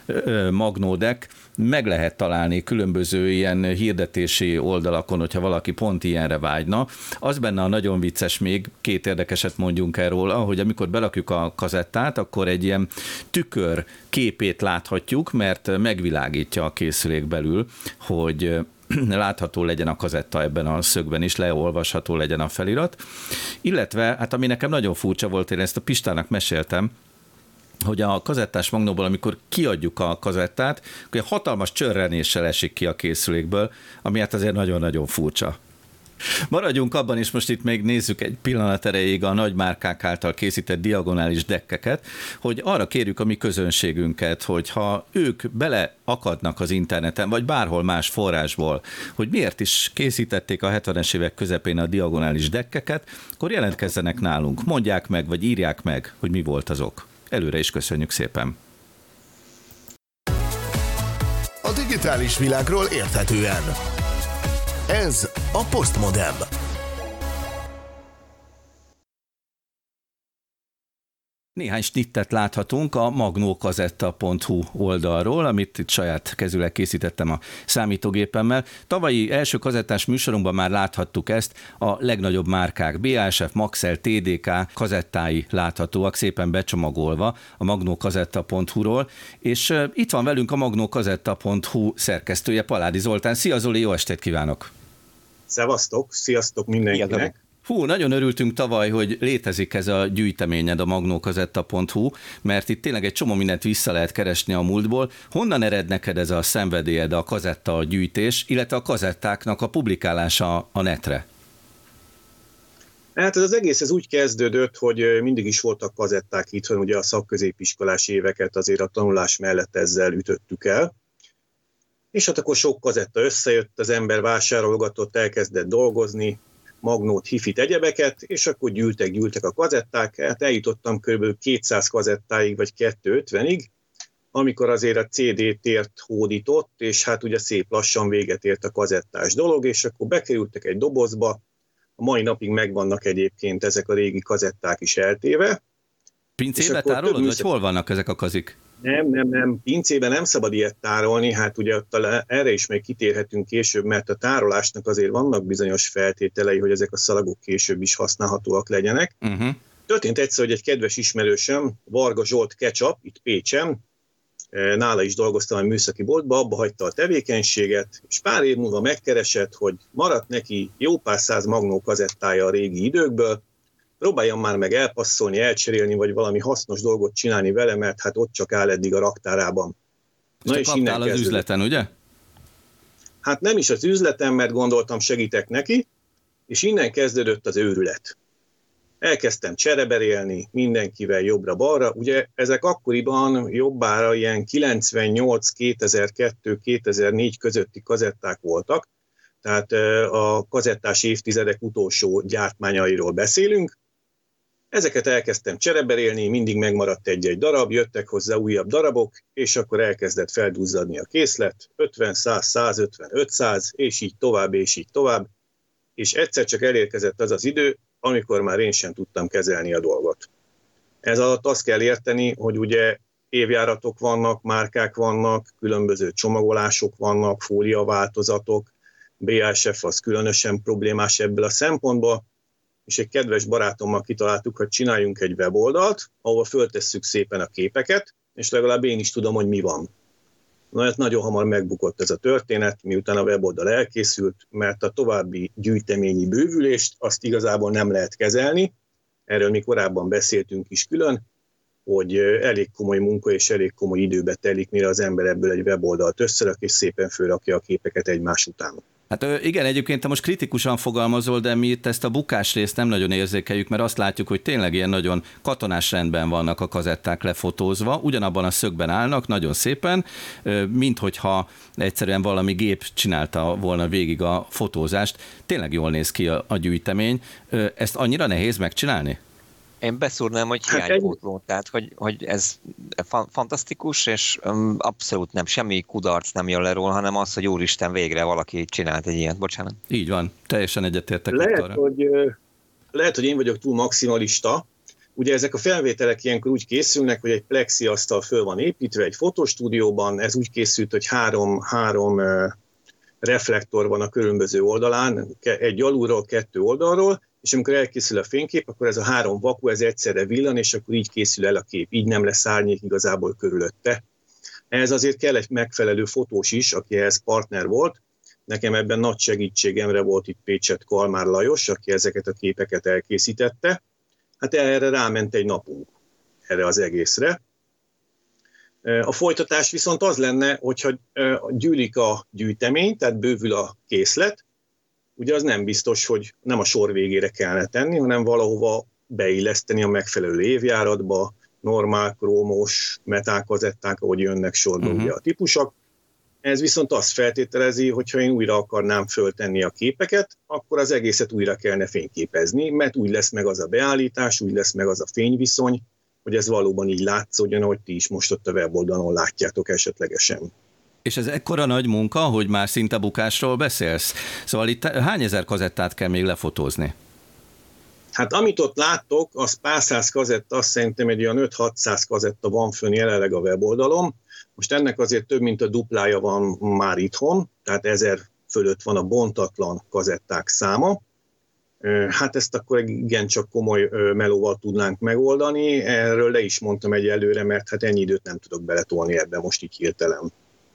magnódek. Meg lehet találni különböző ilyen hirdetési oldalakon, hogyha valaki pont ilyenre vágyna. Az benne a nagyon vicces, még két érdekeset mondjunk el róla, hogy amikor berakjuk a kazettát, akkor egy ilyen tükör képét láthatjuk, mert megvilágítja a készülék belül, hogy látható legyen a kazetta ebben a szögben is, leolvasható legyen a felirat. Illetve, hát ami nekem nagyon furcsa volt, én ezt a Pistának meséltem, hogy a kazettás magnóból, amikor kiadjuk a kazettát, akkor egy hatalmas csörrenéssel esik ki a készülékből, ami hát azért nagyon-nagyon furcsa. Maradjunk abban, és most itt még nézzük egy pillanat erejéig a nagymárkák által készített diagonális dekkeket, hogy arra kérjük a mi közönségünket, hogy ha ők beleakadnak az interneten, vagy bárhol más forrásból, hogy miért is készítették a hetvenes évek közepén a diagonális dekkeket, akkor jelentkezzenek nálunk, mondják meg, vagy írják meg, hogy mi volt az ok. Előre is köszönjük szépen! A digitális világról érthetően. Ez a Postmodem. Néhány snittet láthatunk a magnókazetta pont hu oldalról, amit itt saját kezűleg készítettem a számítógépemmel. Tavalyi első kazettás műsorunkban már láthattuk ezt, a legnagyobb márkák bé á es ef, Maxell, té dé ká kazettái láthatóak, szépen becsomagolva a magnókazetta pont hu-ról, és itt van velünk a magnókazetta pont hu szerkesztője, Paládi Zoltán. Szia Zoli, jó estét kívánok! Szevasztok, sziasztok mindenkinek! Hú, nagyon örültünk tavaly, hogy létezik ez a gyűjteményed, a magnókazetta pont hu, mert itt tényleg egy csomó mindent vissza lehet keresni a múltból. Honnan ered neked ez a szenvedélyed, a kazetta gyűjtés, illetve a kazettáknak a publikálása a netre? Hát ez az egész ez úgy kezdődött, hogy mindig is voltak kazetták itthon, ugye a szakközépiskolás éveket azért a tanulás mellett ezzel ütöttük el. És hát akkor sok kazetta összejött, az ember vásárolgatott, elkezdett dolgozni, magnót, hifit, egyebeket, és akkor gyűltek, gyűltek a kazetták, hát eljutottam kb. kétszáz kazettáig, vagy kétszázötvenig, amikor azért a cé dé tért hódított, és hát ugye szép lassan véget ért a kazettás dolog, és akkor bekerültek egy dobozba, a mai napig megvannak egyébként ezek a régi kazetták is eltéve. Pincébe tárolod, vagy hol vannak ezek a kazik? Nem, nem, nem. Pincében nem szabad ilyet tárolni, hát ugye erre is még kitérhetünk később, mert a tárolásnak azért vannak bizonyos feltételei, hogy ezek a szalagok később is használhatóak legyenek. Uh-huh. Történt egyszer, hogy egy kedves ismerősöm, Varga Zsolt Ketchup, itt Pécsen, nála is dolgoztam egy műszaki boltba, abba hagyta a tevékenységet, és pár év múlva megkeresett, hogy maradt neki jó pár száz magnó kazettája a régi időkből, próbáljam már meg elpasszolni, elcserélni, vagy valami hasznos dolgot csinálni vele, mert hát ott csak áll eddig a raktárában. Na és innen az üzleten, ugye? Hát nem is az üzleten, mert gondoltam segítek neki, és innen kezdődött az őrület. Elkezdtem csereberélni mindenkivel jobbra-balra, ugye ezek akkoriban jobbára ilyen kilencvennyolc, kétezer-kettő, kétezer-négy közötti kazetták voltak, tehát a kazettás évtizedek utolsó gyártmányairól beszélünk. Ezeket elkezdtem csereberélni, mindig megmaradt egy-egy darab, jöttek hozzá újabb darabok, és akkor elkezdett felduzzadni a készlet, ötven, száz, százötven, ötszáz, és így tovább, és így tovább. És egyszer csak elérkezett az az idő, amikor már én sem tudtam kezelni a dolgot. Ez alatt azt kell érteni, hogy ugye évjáratok vannak, márkák vannak, különböző csomagolások vannak, fóliaváltozatok, bé á es ef az különösen problémás ebből a szempontból, és egy kedves barátommal kitaláltuk, hogy csináljunk egy weboldalt, ahol föltesszük szépen a képeket, és legalább én is tudom, hogy mi van. Na, hát nagyon hamar megbukott ez a történet, miután a weboldal elkészült, mert a további gyűjteményi bővülést azt igazából nem lehet kezelni. Erről mi korábban beszéltünk is külön, hogy elég komoly munka és elég komoly időbe telik, mire az ember ebből egy weboldalt összerak, és szépen fölrakja a képeket egymás után. Hát igen, egyébként te most kritikusan fogalmazol, de mi itt ezt a bukás részt nem nagyon érzékeljük, mert azt látjuk, hogy tényleg ilyen nagyon katonás rendben vannak a kazetták lefotózva, ugyanabban a szögben állnak, nagyon szépen, minthogyha egyszerűen valami gép csinálta volna végig a fotózást. Tényleg jól néz ki a, a gyűjtemény. Ezt annyira nehéz megcsinálni? Én beszúrnám, hogy hiánypótló, tehát hogy, hogy ez fa- fantasztikus, és um, abszolút nem, semmi kudarc nem jön le róla, hanem az, hogy úristen, végre valaki csinált egy ilyet. Bocsánat. Így van, teljesen egyetértek. Lehet, hogy, lehet, hogy én vagyok túl maximalista. Ugye ezek a felvételek ilyenkor úgy készülnek, hogy egy plexi asztal föl van építve egy fotostúdióban, ez úgy készült, hogy három, három reflektor van a különböző oldalán, egy alulról, kettő oldalról, és amikor elkészül a fénykép, akkor ez a három vaku, ez egyszerre villan, és akkor így készül el a kép. Így nem lesz árnyék igazából körülötte. Ehhez azért kell egy megfelelő fotós is, aki ehhez partner volt. Nekem ebben nagy segítségemre volt itt Pécsett Kalmár Lajos, aki ezeket a képeket elkészítette. Hát erre ráment egy napunk, erre az egészre. A folytatás viszont az lenne, hogyha gyűlik a gyűjtemény, tehát bővül a készlet, ugye az nem biztos, hogy nem a sor végére kellene tenni, hanem valahova beilleszteni a megfelelő évjáratba, normál, krómos, metálkazetták, ahogy jönnek sorba uh-huh. ugye a típusok. Ez viszont azt feltételezi, hogy ha én újra akarnám föltenni a képeket, akkor az egészet újra kellene fényképezni, mert úgy lesz meg az a beállítás, úgy lesz meg az a fényviszony, hogy ez valóban így látszódjon, ahogy ti is most ott a weboldalon látjátok esetlegesen. És ez ekkora nagy munka, hogy már szinte bukásról beszélsz? Szóval itt hány ezer kazettát kell még lefotózni? Hát amit ott láttok, az pár száz kazetta, azt szerintem egy olyan öt-hatszáz kazetta van fönn jelenleg a weboldalon. Most ennek azért több, mint a duplája van már itthon, tehát ezer fölött van a bontatlan kazetták száma. Hát ezt akkor igencsak komoly melóval tudnánk megoldani, erről le is mondtam egyelőre, mert hát ennyi időt nem tudok beletolni ebbe most így hirtelen.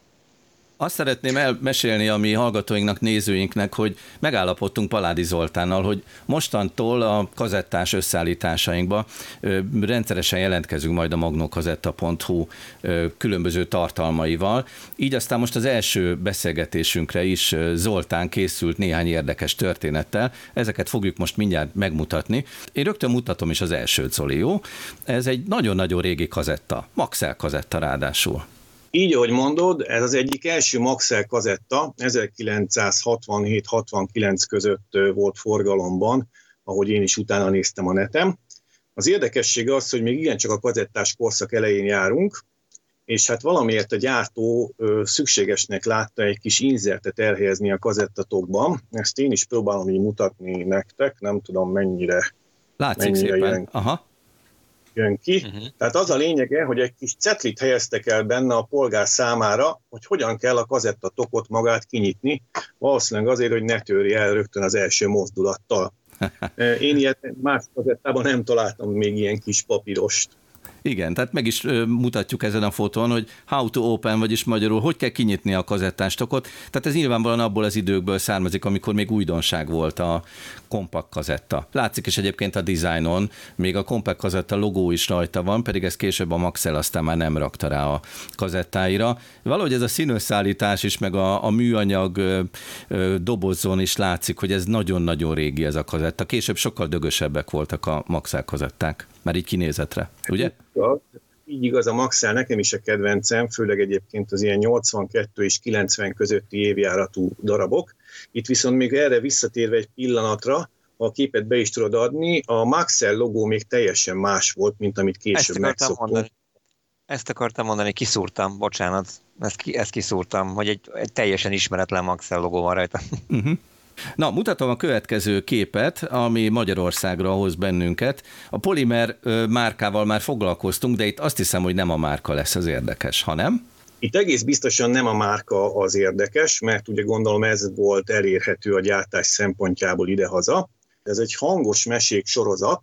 Azt szeretném elmesélni a mi hallgatóinknak, nézőinknek, hogy megállapodtunk Paládi Zoltánnal, hogy mostantól a kazettás összeállításainkba rendszeresen jelentkezünk majd a magnókazetta pont hu különböző tartalmaival. Így aztán most az első beszélgetésünkre is Zoltán készült néhány érdekes történettel. Ezeket fogjuk most mindjárt megmutatni. Én rögtön mutatom is az elsőt, Zoli, jó? Ez egy nagyon-nagyon régi kazetta, Maxell kazetta ráadásul. Így, ahogy mondod, ez az egyik első Maxell kazetta, ezerkilencszázhatvanhét hatvankilenc között volt forgalomban, ahogy én is utána néztem a neten. Az érdekessége az, hogy még igencsak a kazettás korszak elején járunk, és hát valamiért a gyártó szükségesnek látta egy kis inzertet elhelyezni a kazettatokban. Ezt én is próbálom így mutatni nektek, nem tudom mennyire, Látszik mennyire szépen. jön, Aha. jön ki. Uh-huh. Tehát az a lényege, hogy egy kis cetlit helyeztek el benne a polgár számára, hogy hogyan kell a kazettatokot magát kinyitni, valószínűleg azért, hogy ne törje el rögtön az első mozdulattal. Én ilyet más kazettában nem találtam még ilyen kis papírost. Igen, tehát meg is mutatjuk ezen a fotón, hogy how to open, vagyis magyarul, hogy kell kinyitni a kazettástakot. Tehát ez nyilvánvalóan abból az időkből származik, amikor még újdonság volt a kompakt kazetta. Látszik is egyébként a dizájnon, még a kompakt kazetta logó is rajta van, pedig ez később a Maxell aztán már nem rakta rá a kazettáira. Valahogy ez a színösszállítás is, meg a, a műanyag ö, ö, dobozon is látszik, hogy ez nagyon-nagyon régi ez a kazetta. Később sokkal dögösebbek voltak a Maxell kazetták, már így kinézetre, ugye? Így igaz, a Maxell nekem is a kedvencem, főleg egyébként az ilyen nyolcvankettő és kilencven közötti évjáratú darabok. Itt viszont még erre visszatérve egy pillanatra, ha a képet be is tudod adni, a Maxell logó még teljesen más volt, mint amit később megszoktunk. Ezt akartam mondani, kiszúrtam, bocsánat, ezt, ki, ezt kiszúrtam, hogy egy, egy teljesen ismeretlen Maxell logó van rajta. Uh-huh. Na, mutatom a következő képet, ami Magyarországra hoz bennünket. A Polimer márkával már foglalkoztunk, de itt azt hiszem, hogy nem a márka lesz az érdekes, ha nem? Itt egész biztosan nem a márka az érdekes, mert ugye gondolom ez volt elérhető a gyártás szempontjából idehaza. Ez egy hangos mesék sorozat,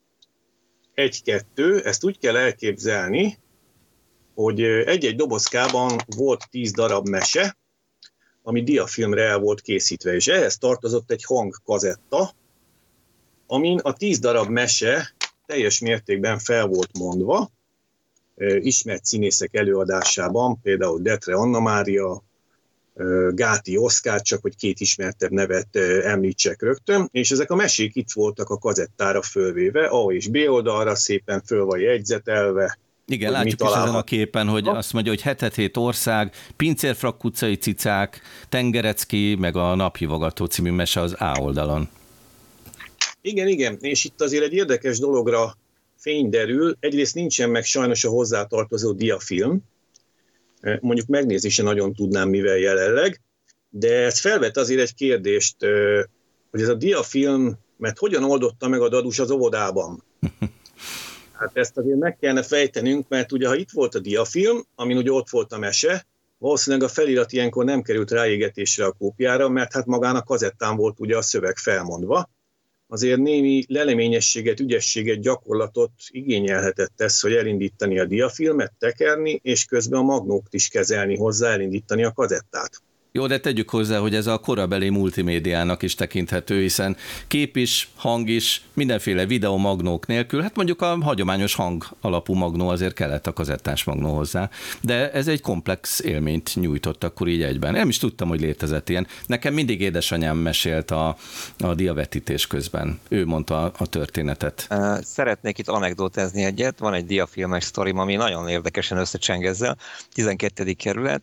egy-kettő, ezt úgy kell elképzelni, hogy egy-egy dobozkában volt tíz darab mese, ami diafilmre el volt készítve, és ehhez tartozott egy hangkazetta, amin a tíz darab mese teljes mértékben fel volt mondva, ismert színészek előadásában, például Detre Anna Mária, Gáti Oszkár, csak hogy két ismertebb nevet említsek rögtön, és ezek a mesék itt voltak a kazettára fölvéve, A és B oldalra szépen föl van jegyzetelve. Igen, látjuk is ezen a képen, hogy azt mondja, hogy hetet-hét ország, Pincérfrak utcai cicák, Tengerecki, meg a Naphívogató című mese az A oldalon. Igen, igen, és itt azért egy érdekes dologra fény derül. Egyrészt nincsen meg sajnos a hozzátartozó diafilm, mondjuk megnézni sem nagyon tudnám mivel jelenleg, de ez felvet azért egy kérdést, hogy ez a diafilm, mert hogyan oldotta meg a dadus az óvodában? Hát ezt azért meg kellene fejtenünk, mert ugye ha itt volt a diafilm, amin ugye ott volt a mese, valószínűleg a felirat ilyenkor nem került ráégetésre a kópiára, mert hát magán a kazettán volt ugye a szöveg felmondva. Azért némi leleményességet, ügyességet, gyakorlatot igényelhetett ez, hogy elindítani a diafilmet, tekerni, és közben a magnót is kezelni hozzá, elindítani a kazettát. Jó, de tegyük hozzá, hogy ez a korabeli multimédiának is tekinthető, hiszen kép is, hang is, mindenféle videomagnók nélkül, hát mondjuk a hagyományos hang alapú magnó azért kellett a kazettás magnó hozzá, de ez egy komplex élményt nyújtott akkor így egyben. Nem is tudtam, hogy létezett ilyen. Nekem mindig édesanyám mesélt a, a diavetítés közben. Ő mondta a, a történetet. Szeretnék itt anekdotázni egyet. Van egy diafilmes sztorim, ami nagyon érdekesen összecseng ezzel. tizenkettedik kerület,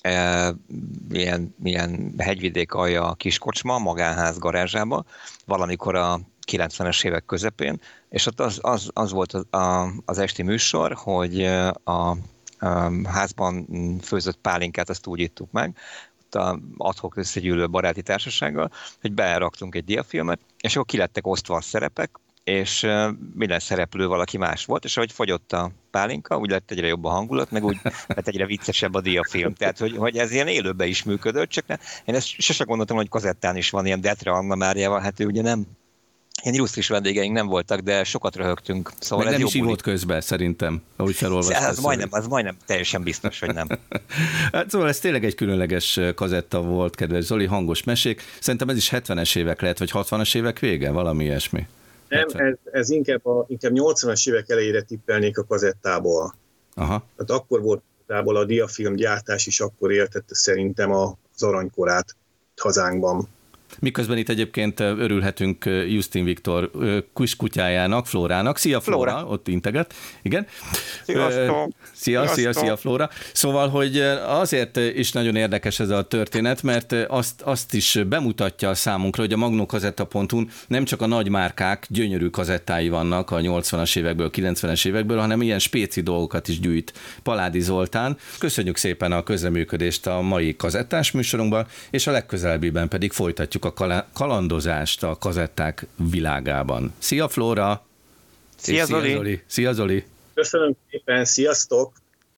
Milyen, milyen hegyvidék alja a kiskocsma, magánház garázsába, valamikor a kilencvenes évek közepén, és ott az, az, az volt az, a, az esti műsor, hogy a, a házban főzött pálinkát, azt úgy ittuk meg, ott a ad-hoc összegyűlő baráti társasággal, hogy beraktunk egy diafilmet, és akkor kilettek osztva a szerepek, és minden szereplő valaki más volt, és ahogy fogyott a pálinka, úgy lett egyre jobb a hangulat, meg úgy lett egyre viccesebb a diafilm. Tehát, hogy, hogy ez ilyen élőben is működött, csak ne, én ezt sose gondoltam, hogy kazettán is van ilyen Detre Anna Máriával, hát ő ugye nem, ilyen illusztris vendégeink nem voltak, de sokat röhögtünk. Szóval meg ez nem is ivott buli. közben, szerintem, ahogy felolvastam. Ez majdnem, az majdnem teljesen biztos, hogy nem. Hát szóval ez tényleg egy különleges kazetta volt, kedves Zoli, hangos mesék. Szerintem ez is hetvenes évek lehet, vagy hatvanas évek vége, valami ilyesmi. Nem, ez, ez inkább, a, inkább nyolcvanas évek elejére tippelnék a kazettából. Aha. Tehát akkor volt kazettából a diafilm gyártás is, akkor éltette szerintem az aranykorát hazánkban. Miközben itt egyébként örülhetünk Justin Viktor kiskutyájának, Flórának. Szia Flóra, Flóra. Ott integet. Igen. Sziasztok. Szia, szia, szia Flóra. Szóval, hogy azért is nagyon érdekes ez a történet, mert azt, azt is bemutatja számunkra, hogy a magnó kazetta pont hu-n nem csak a nagy márkák gyönyörű kazettái vannak a nyolcvanas évekből, kilencvenes évekből, hanem ilyen spéci dolgokat is gyűjt Paládi Zoltán. Köszönjük szépen a közreműködést a mai kazettás műsorunkban, és a legközelebbiben pedig folytatjuk a kalandozást a kazetták világában. Szia Flóra! Szia Zoli! Szia Zoli! Szia Zoli! Köszönöm szépen, sziasztok!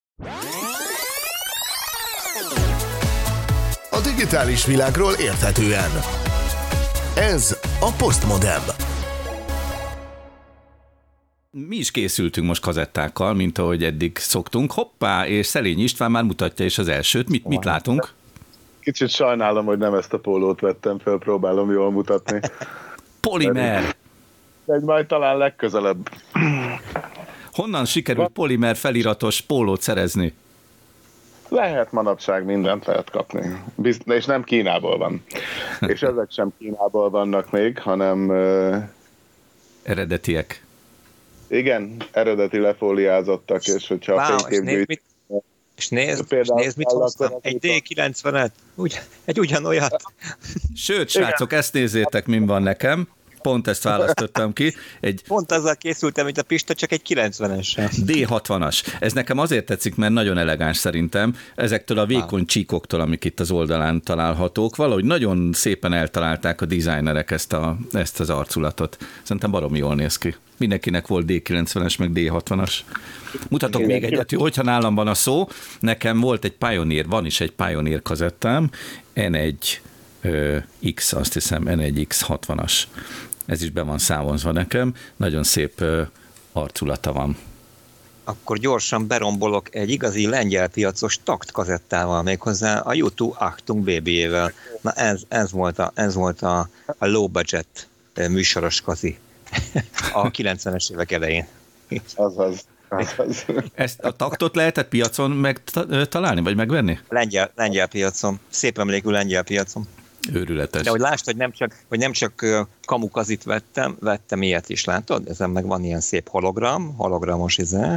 A digitális világról érthetően. Ez a Postmodem. Mi is készültünk most kazettákkal, mint ahogy eddig szoktunk. Hoppá, és Szelényi István már mutatja is az elsőt. Mit, mit látunk? Kicsit sajnálom, hogy nem ezt a pólót vettem fel, próbálom jól mutatni. Polimer! De majd talán legközelebb. Honnan sikerült polimer feliratos pólót szerezni? Lehet manapság, mindent lehet kapni. Bizt- és nem Kínából van. És ezek sem Kínából vannak még, hanem... Uh, eredetiek. Igen, eredeti lefóliázottak, és hogyha wow, a fényképgyűjt... És nézd, és nézd mit hoztam. Egy dé kilencvenet, Ugy, egy ugyanolyat. Sőt, srácok, ezt nézzétek, min van nekem. Pont ezt választottam ki. Egy Pont azzal készültem, mint a Pista, csak egy kilencvenessel. dé hatvanas. Ez nekem azért tetszik, mert nagyon elegáns szerintem. Ezektől a vékony csíkoktól, amik itt az oldalán találhatók, valahogy nagyon szépen eltalálták a designerek ezt, a, ezt az arculatot. Szerintem baromi jól néz ki. Mindenkinek volt dé kilencvenes, meg dé hatvanas. Mutatok még egyet, hogyha nálam van a szó. Nekem volt egy Pioneer, van is egy Pioneer kazettám, en egy X, azt hiszem, en egy X hatvanas. Ez is be van számozva nekem. Nagyon szép arculata van. Akkor gyorsan berombolok egy igazi lengyel piacos takt kazettával, méghozzá a U kettő Achtung Babyjével. Na ez, ez volt, a, ez volt a, a low budget műsoros kazi a kilencvenes évek elején. Azaz. Azaz. Ezt a taktot lehetett piacon megtalálni, vagy megvenni? Lengyel, lengyel piacon. Szép emlékű lengyel piacon. Őrületes. De hogy lásd, hogy nem csak, hogy nem csak kamukazit vettem, vettem ilyet is, látod? Ezen meg van ilyen szép hologram, hologramos izé.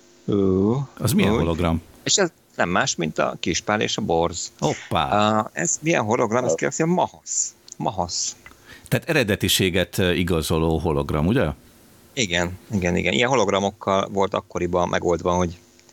Ö, Az milyen úgy. hologram? És ez nem más, mint a Kispál és a Borz. Hoppá! Uh, ez milyen hologram? Ez kérdezi, Mahasz. Mahasz. Tehát eredetiséget igazoló hologram, ugye? Igen, igen, igen. Ilyen hologramokkal volt akkoriban megoldva, hogy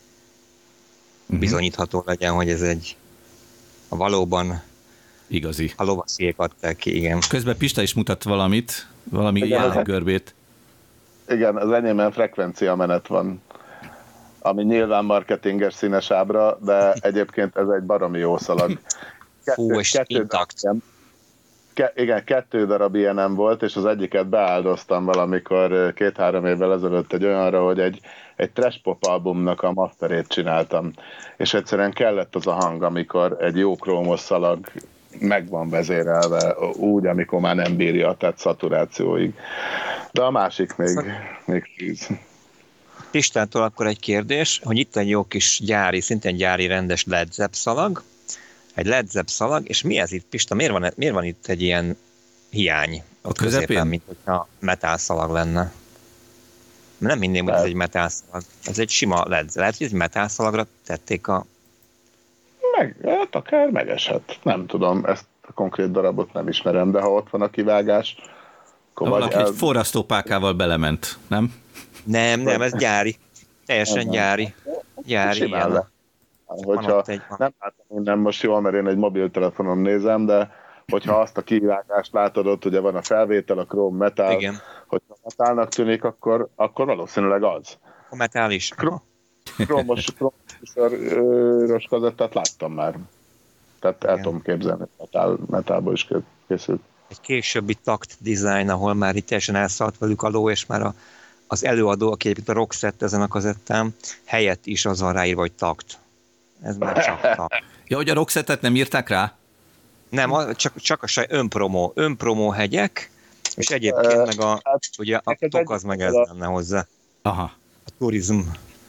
uh-huh. bizonyítható legyen, hogy ez egy a valóban igazi. A lovasziék adták ki, igen. Közben Pista is mutat valamit, valami jelleggörbét. Igen, az enyémben frekvencia menet van, ami nyilván marketinges színes ábra, de egyébként ez egy baromi jó szalag. Fú, és intakt. ke, igen, kettő darab ilyenem volt, és az egyiket beáldoztam valamikor két-három évvel ezelőtt egy olyanra, hogy egy, egy trash pop albumnak a masterét csináltam. És egyszerűen kellett az a hang, amikor egy jó krómos szalag meg van vezérelve úgy, amikor már nem bírja, tehát szaturációig. De a másik még, még fűz. Pistától akkor egy kérdés, hogy itt egy jó kis gyári, szintén gyári rendes Led Zepp szalag, egy Led Zepp szalag, és mi ez itt, Pista? Miért van, miért van itt egy ilyen hiány a közepén? Középen, mint hogyha metál szalag lenne? Nem minden, hogy ez egy metál szalag. Ez egy sima Led Zepp. Lehet, hogy egy metál szalagra tették a... Meg, hát akár megesett. Nem tudom, ezt a konkrét darabot nem ismerem, de ha ott van a kivágás, akkor valaki el... egy forrasztópákával belement, nem? Nem, nem, ez gyári. Teljesen nem, gyári. Gyári, simán le. Hogyha egy... nem látom innen most jól, mert én egy mobiltelefonon nézem, de hogyha azt a kivágást látod, ott ugye van a felvétel, a chrome metal, igen. hogyha metálnak tűnik, akkor, akkor valószínűleg az. A metál is. Chromos, chromos kazettát láttam már. Tehát igen. El tudom képzelni, metál, metálból is készült. Egy későbbi takt design, ahol már itt teljesen elszállt velük a ló, és már a, az előadó, aki egyébként a Roxette ezen a kazettán, helyett is az van ráírva, hogy takt. Ez már csak takt. Ja, hogy a Roxette-et nem írták rá? Nem, csak, csak a saj önpromó, önpromó hegyek, és egyébként meg a, ugye a tok az meg ez lenne hozzá. Aha. A turizm.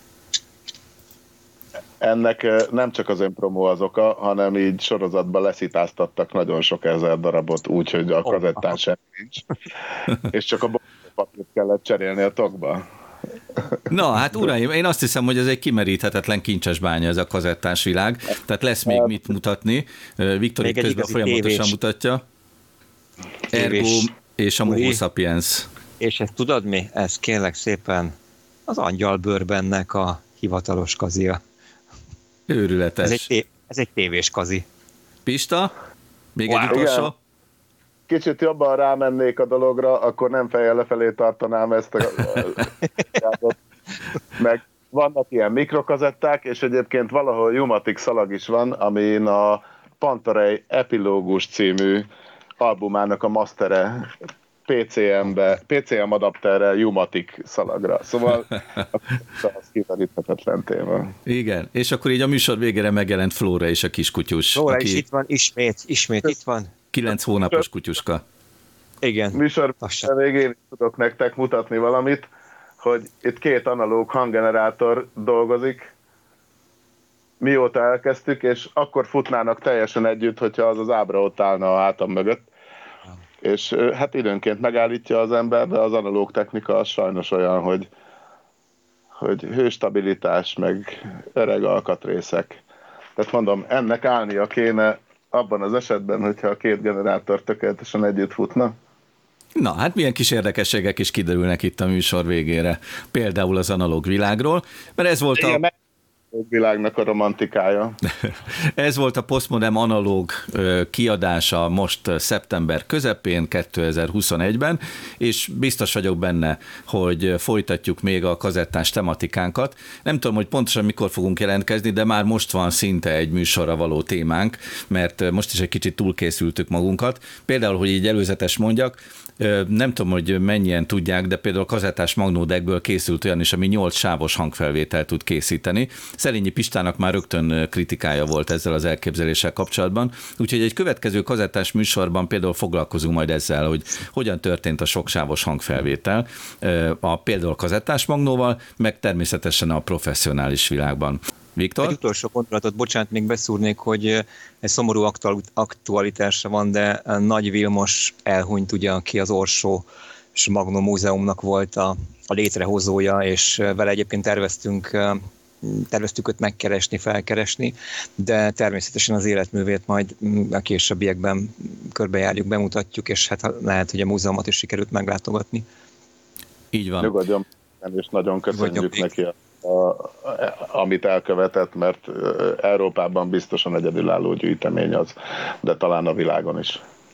Ennek nem csak az önpromó az oka, hanem így sorozatban leszitáztattak nagyon sok ezer darabot, úgyhogy a kazettán sem nincs. És csak a papírt kellett cserélni a tokba. Na, hát uraim, én azt hiszem, hogy ez egy kimeríthetetlen kincses bánya ez a kazettás világ. Tehát lesz még mit mutatni. Viktor itt közben folyamatosan tévés. mutatja. Ergo és a Homo sapiens. És ezt tudod mi? Ez kérlek szépen az angyalbőrbennek a hivatalos kazia. Őrületes. Ez egy, té- ez egy tévés kazi. Pista? Még wow. egy utolsó? Kicsit jobban rámennék a dologra, akkor nem fejjel lefelé tartanám ezt a... meg vannak ilyen mikrokazetták, és egyébként valahol Jumatic szalag is van, amin a Pantarei Epilógus című albumának a mastere pé cé em-be, pé cé em adapterrel Jumatic szalagra. Szóval az kiveríthetetlen téma. Igen, és akkor így a műsor végére megjelent Flóra és a kiskutyus. Flóra aki... is itt van, ismét, ismét itt van. Kilenc hónapos kutyuska. Igen. Műsor végén tudok nektek mutatni valamit, hogy itt két analóg hanggenerátor dolgozik, mióta elkezdtük, és akkor futnának teljesen együtt, hogyha az az ábra ott állna a hátam mögött. És hát időnként megállítja az ember, de az analóg technika az sajnos olyan, hogy, hogy hőstabilitás, meg öreg alkatrészek. Tehát mondom, ennek állnia kéne abban az esetben, hogyha a két generátor tökéletesen együtt futna. Na, hát milyen kis érdekességek is kiderülnek itt a műsor végére. Például az analóg világról, mert ez volt a... világnak a romantikája. Ez volt a Postmodern analóg kiadása most szeptember közepén, kétezer-huszonegyben, és biztos vagyok benne, hogy folytatjuk még a kazettás tematikánkat. Nem tudom, hogy pontosan mikor fogunk jelentkezni, de már most van szinte egy műsorra való témánk, mert most is egy kicsit túlkészültük magunkat. Például, hogy így előzetes mondjak, nem tudom, hogy mennyien tudják, de például a kazettás magnódeckből készült olyan is, ami nyolc sávos hangfelvételt tud készíteni. Szerényi Pistának már rögtön kritikája volt ezzel az elképzeléssel kapcsolatban, úgyhogy egy következő kazettás műsorban például foglalkozunk majd ezzel, hogy hogyan történt a soksávos hangfelvétel, a például a kazettás magnóval, meg természetesen a professzionális világban. Viktor? Egy utolsó gondolatot, bocsánat, még beszúrnék, hogy egy szomorú aktualitása van, de Nagy Vilmos elhunyt, ugye, aki az Orsó és Magnó Múzeumnak volt a, a létrehozója, és vele egyébként terveztünk, terveztük őt megkeresni, felkeresni, de természetesen az életművét majd a későbbiekben körbejárjuk, bemutatjuk, és hát lehet, hogy a múzeumot is sikerült meglátogatni. Így van. Nyugodjon, és nagyon köszönjük neki a A, amit elkövetett, mert Európában biztosan egyedülálló gyűjtemény az, de talán a világon is.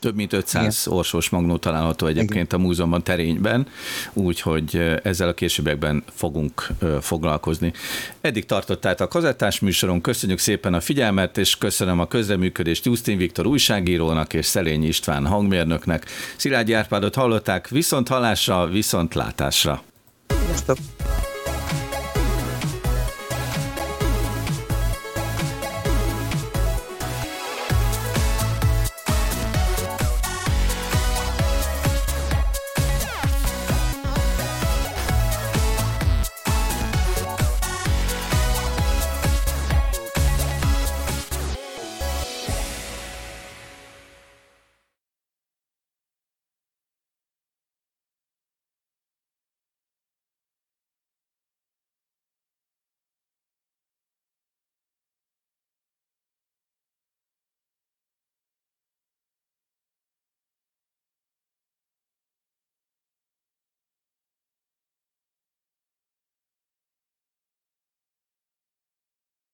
Több mint ötszáz Igen. orsós magnó található egyébként Igen. a múzeumban Terényben, úgyhogy ezzel a későbbiekben fogunk foglalkozni. Eddig tartott tehát a kazettás műsoron, köszönjük szépen a figyelmet, és köszönöm a közreműködést Jusztin Viktor újságírónak és Szelényi István hangmérnöknek. Szilágyi Árpádot hallották, viszont hallásra, viszont látásra. Sziasztok!